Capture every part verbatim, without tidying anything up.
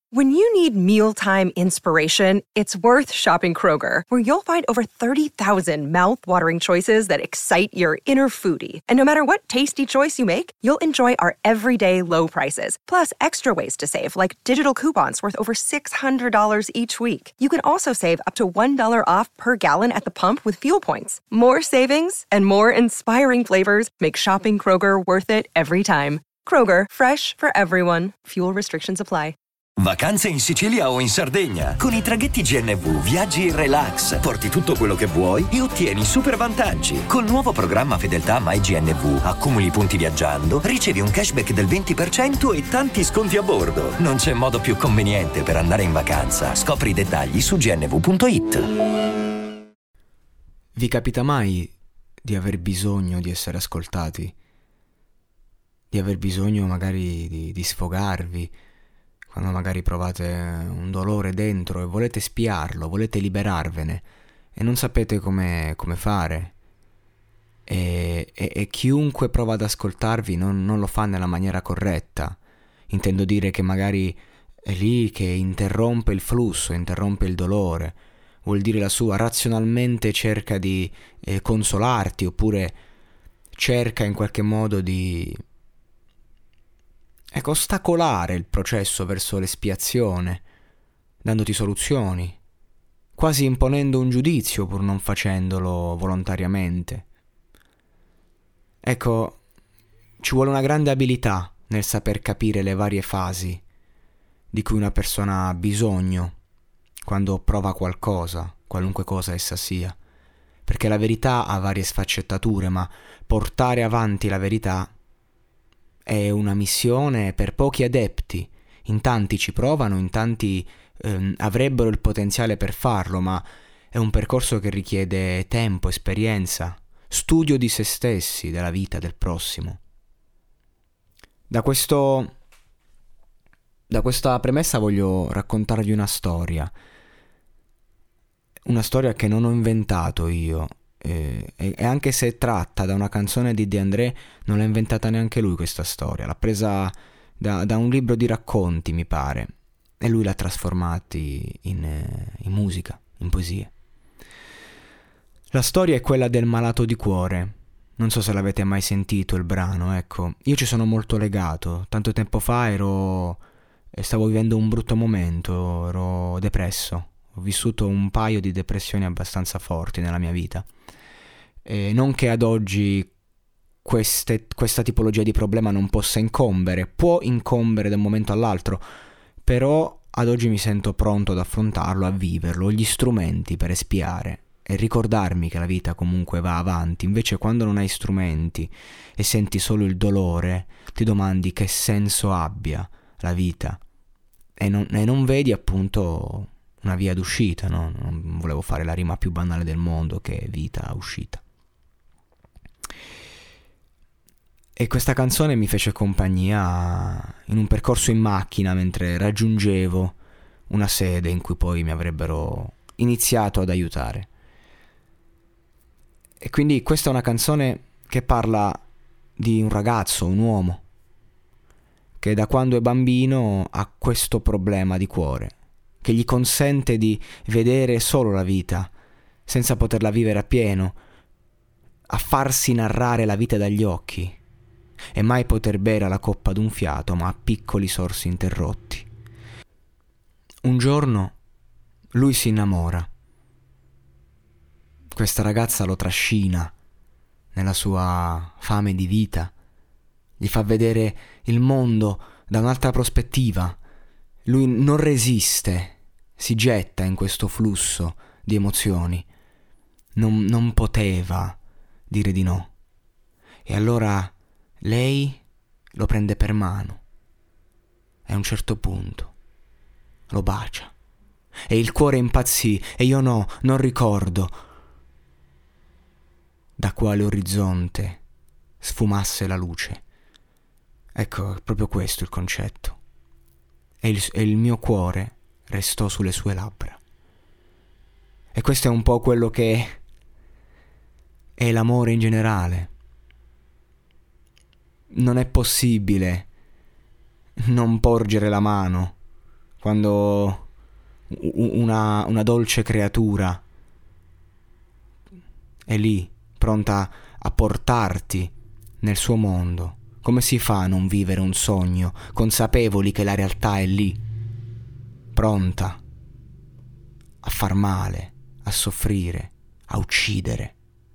When you need mealtime inspiration, it's worth shopping Kroger, where you'll find over thirty thousand mouth-watering choices that excite your inner foodie. And no matter what tasty choice you make, you'll enjoy our everyday low prices, plus extra ways to save, like digital coupons worth over six hundred dollars each week. You can also save up to one dollar off per gallon at the pump with fuel points. More savings and more inspiring flavors make shopping Kroger worth it every time. Kroger, fresh for everyone. Fuel restrictions apply. Vacanze in Sicilia o in Sardegna. Con i traghetti G N V viaggi in relax, porti tutto quello che vuoi e ottieni super vantaggi. Col nuovo programma Fedeltà MyGNV accumuli punti viaggiando, ricevi un cashback del venti per cento e tanti sconti a bordo. Non c'è modo più conveniente per andare in vacanza. Scopri i dettagli su g n v punto i t. Vi capita mai di aver bisogno di essere ascoltati? Di aver bisogno magari di, di sfogarvi? Quando magari provate un dolore dentro e volete spiarlo, volete liberarvene e non sapete come, come fare. E, e, e chiunque prova ad ascoltarvi non, non lo fa nella maniera corretta. Intendo dire che magari è lì che interrompe il flusso, interrompe il dolore. Vuol dire la sua, razionalmente cerca di eh, consolarti, oppure cerca in qualche modo di... Ecco, ostacolare il processo verso l'espiazione, dandoti soluzioni, quasi imponendo un giudizio pur non facendolo volontariamente. Ecco, ci vuole una grande abilità nel saper capire le varie fasi di cui una persona ha bisogno quando prova qualcosa, qualunque cosa essa sia, perché la verità ha varie sfaccettature, ma portare avanti la verità è una missione per pochi adepti. In tanti ci provano, in tanti ehm, avrebbero il potenziale per farlo, ma è un percorso che richiede tempo, esperienza, studio di se stessi, della vita, del prossimo. Da questo da questa premessa voglio raccontarvi una storia. Una storia che non ho inventato io. E, e anche se è tratta da una canzone di De André, non l'ha inventata neanche lui questa storia, l'ha presa da, da un libro di racconti, mi pare, e lui l'ha trasformati in, in musica, in poesie. La storia è quella del malato di cuore. Non so se l'avete mai sentito il brano, ecco. Io ci sono molto legato. Tanto tempo fa ero e stavo vivendo un brutto momento, ero depresso. Ho vissuto un paio di depressioni abbastanza forti nella mia vita. E non che ad oggi queste, questa tipologia di problema non possa incombere, può incombere da un momento all'altro, però ad oggi mi sento pronto ad affrontarlo, a viverlo, ho gli strumenti per espiare e ricordarmi che la vita comunque va avanti. Invece quando non hai strumenti e senti solo il dolore, ti domandi che senso abbia la vita e non, e non vedi appunto una via d'uscita, no? Non volevo fare la rima più banale del mondo, che è vita uscita. E questa canzone mi fece compagnia in un percorso in macchina mentre raggiungevo una sede in cui poi mi avrebbero iniziato ad aiutare. E quindi questa è una canzone che parla di un ragazzo, un uomo, che da quando è bambino ha questo problema di cuore, che gli consente di vedere solo la vita, senza poterla vivere appieno, a farsi narrare la vita dagli occhi, e mai poter bere la coppa d'un fiato, ma a piccoli sorsi interrotti. Un giorno lui si innamora. Questa ragazza lo trascina nella sua fame di vita, gli fa vedere il mondo da un'altra prospettiva. Lui non resiste, si getta in questo flusso di emozioni. Non, non poteva dire di no. E allora lei lo prende per mano e a un certo punto lo bacia. E il cuore impazzì e io no, non ricordo da quale orizzonte sfumasse la luce. Ecco, è proprio questo il concetto. E il, e il mio cuore restò sulle sue labbra. E questo è un po' quello che è l'amore in generale. Non è possibile non porgere la mano quando una, una dolce creatura è lì, pronta a portarti nel suo mondo. Come si fa a non vivere un sogno, consapevoli che la realtà è lì, pronta a far male, a soffrire, a uccidere?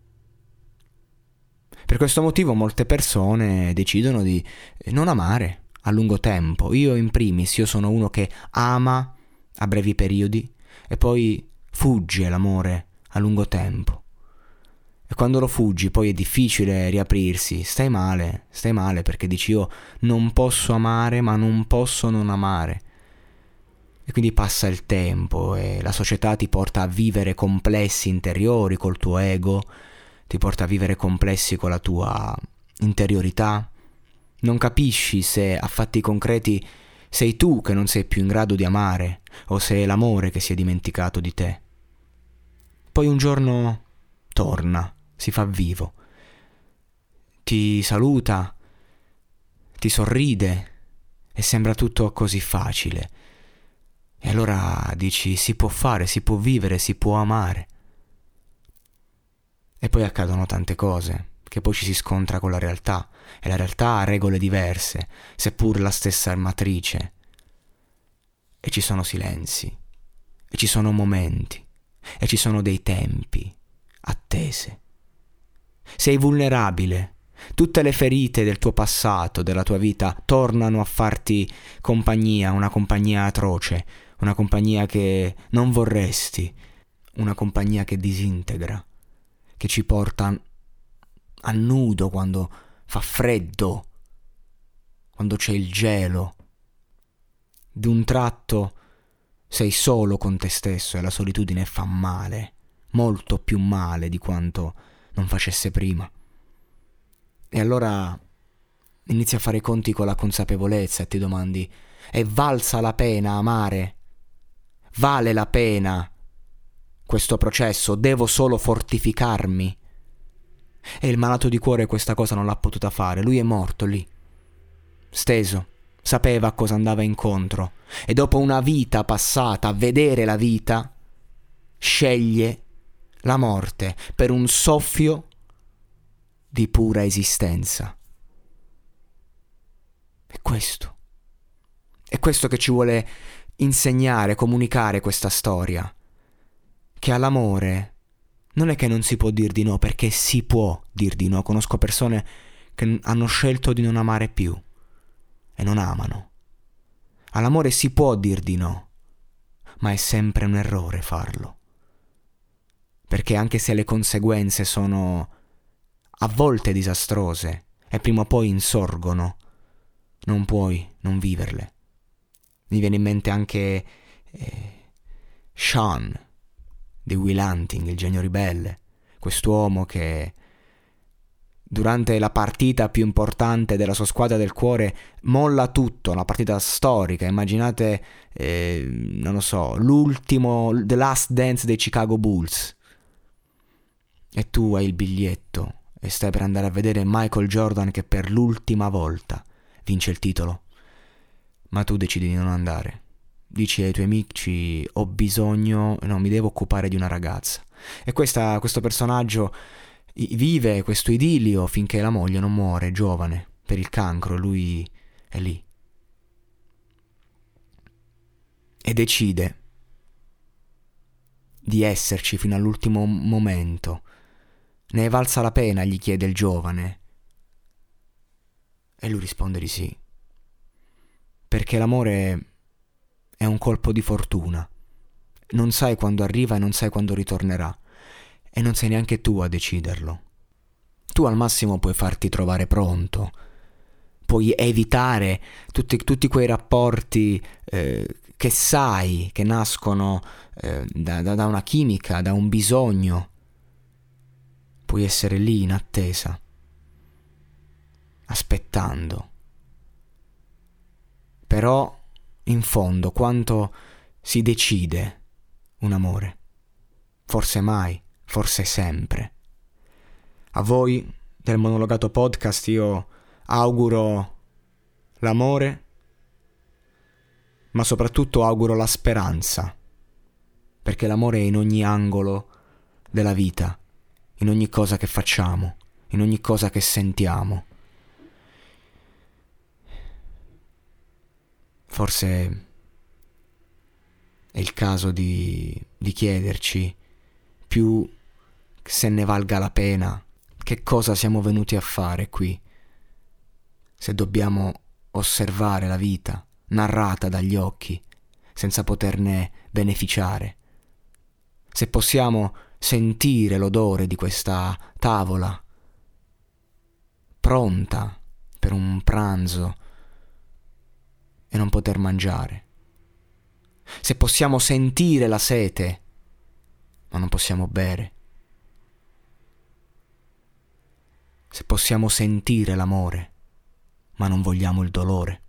Per questo motivo molte persone decidono di non amare a lungo tempo. Io in primis, io sono uno che ama a brevi periodi e poi fugge l'amore a lungo tempo. E quando lo fuggi poi è difficile riaprirsi, stai male, stai male perché dici io non posso amare ma non posso non amare. E quindi passa il tempo e la società ti porta a vivere complessi interiori col tuo ego, ti porta a vivere complessi con la tua interiorità. Non capisci se a fatti concreti sei tu che non sei più in grado di amare o se è l'amore che si è dimenticato di te. Poi un giorno torna, si fa vivo, ti saluta, ti sorride e sembra tutto così facile. E allora dici si può fare, si può vivere, si può amare. E poi accadono tante cose, che poi ci si scontra con la realtà, e la realtà ha regole diverse, seppur la stessa matrice. E ci sono silenzi, e ci sono momenti, e ci sono dei tempi, attese. Sei vulnerabile, tutte le ferite del tuo passato, della tua vita, tornano a farti compagnia, una compagnia atroce, una compagnia che non vorresti, una compagnia che disintegra, che ci porta a nudo quando fa freddo, quando c'è il gelo. D'un tratto sei solo con te stesso e la solitudine fa male, molto più male di quanto non facesse prima. E allora inizi a fare i conti con la consapevolezza e ti domandi: è valsa la pena amare? Vale la pena questo processo? Devo solo fortificarmi? E il malato di cuore questa cosa non l'ha potuta fare. Lui è morto lì, steso, sapeva a cosa andava incontro, e dopo una vita passata a vedere la vita sceglie la morte per un soffio di pura esistenza. È questo è questo che ci vuole insegnare, comunicare questa storia, che all'amore non è che non si può dir di no, perché si può dir di no. Conosco persone che hanno scelto di non amare più e non amano. All'amore si può dir di no, ma è sempre un errore farlo, perché anche se le conseguenze sono a volte disastrose e prima o poi insorgono, non puoi non viverle. Mi viene in mente anche eh, Sean di Will Hunting, il genio ribelle, quest'uomo che durante la partita più importante della sua squadra del cuore molla tutto, una partita storica. Immaginate, eh, non lo so, l'ultimo, The Last Dance dei Chicago Bulls, e tu hai il biglietto e stai per andare a vedere Michael Jordan che per l'ultima volta vince il titolo, ma tu decidi di non andare. Dici ai tuoi amici: ho bisogno, no, mi devo occupare di una ragazza. E questa, questo personaggio vive questo idillio finché la moglie non muore giovane per il cancro. Lui è lì e decide di esserci fino all'ultimo momento. Ne è valsa la pena? Gli chiede il giovane, e lui risponde di sì, perché l'amore è un colpo di fortuna. Non sai quando arriva e non sai quando ritornerà, e non sei neanche tu a deciderlo. Tu al massimo puoi farti trovare pronto, puoi evitare tutti, tutti quei rapporti eh, che sai che nascono eh, da, da, da una chimica, da un bisogno. Puoi essere lì in attesa, aspettando. Però in fondo quanto si decide un amore? Forse mai, forse sempre. A voi del Monologato Podcast io auguro l'amore, ma soprattutto auguro la speranza, perché l'amore è in ogni angolo della vita, in ogni cosa che facciamo, in ogni cosa che sentiamo. Forse è il caso di, di chiederci, più se ne valga la pena, che cosa siamo venuti a fare qui, se dobbiamo osservare la vita narrata dagli occhi senza poterne beneficiare, se possiamo sentire l'odore di questa tavola pronta per un pranzo e non poter mangiare, se possiamo sentire la sete ma non possiamo bere, se possiamo sentire l'amore ma non vogliamo il dolore.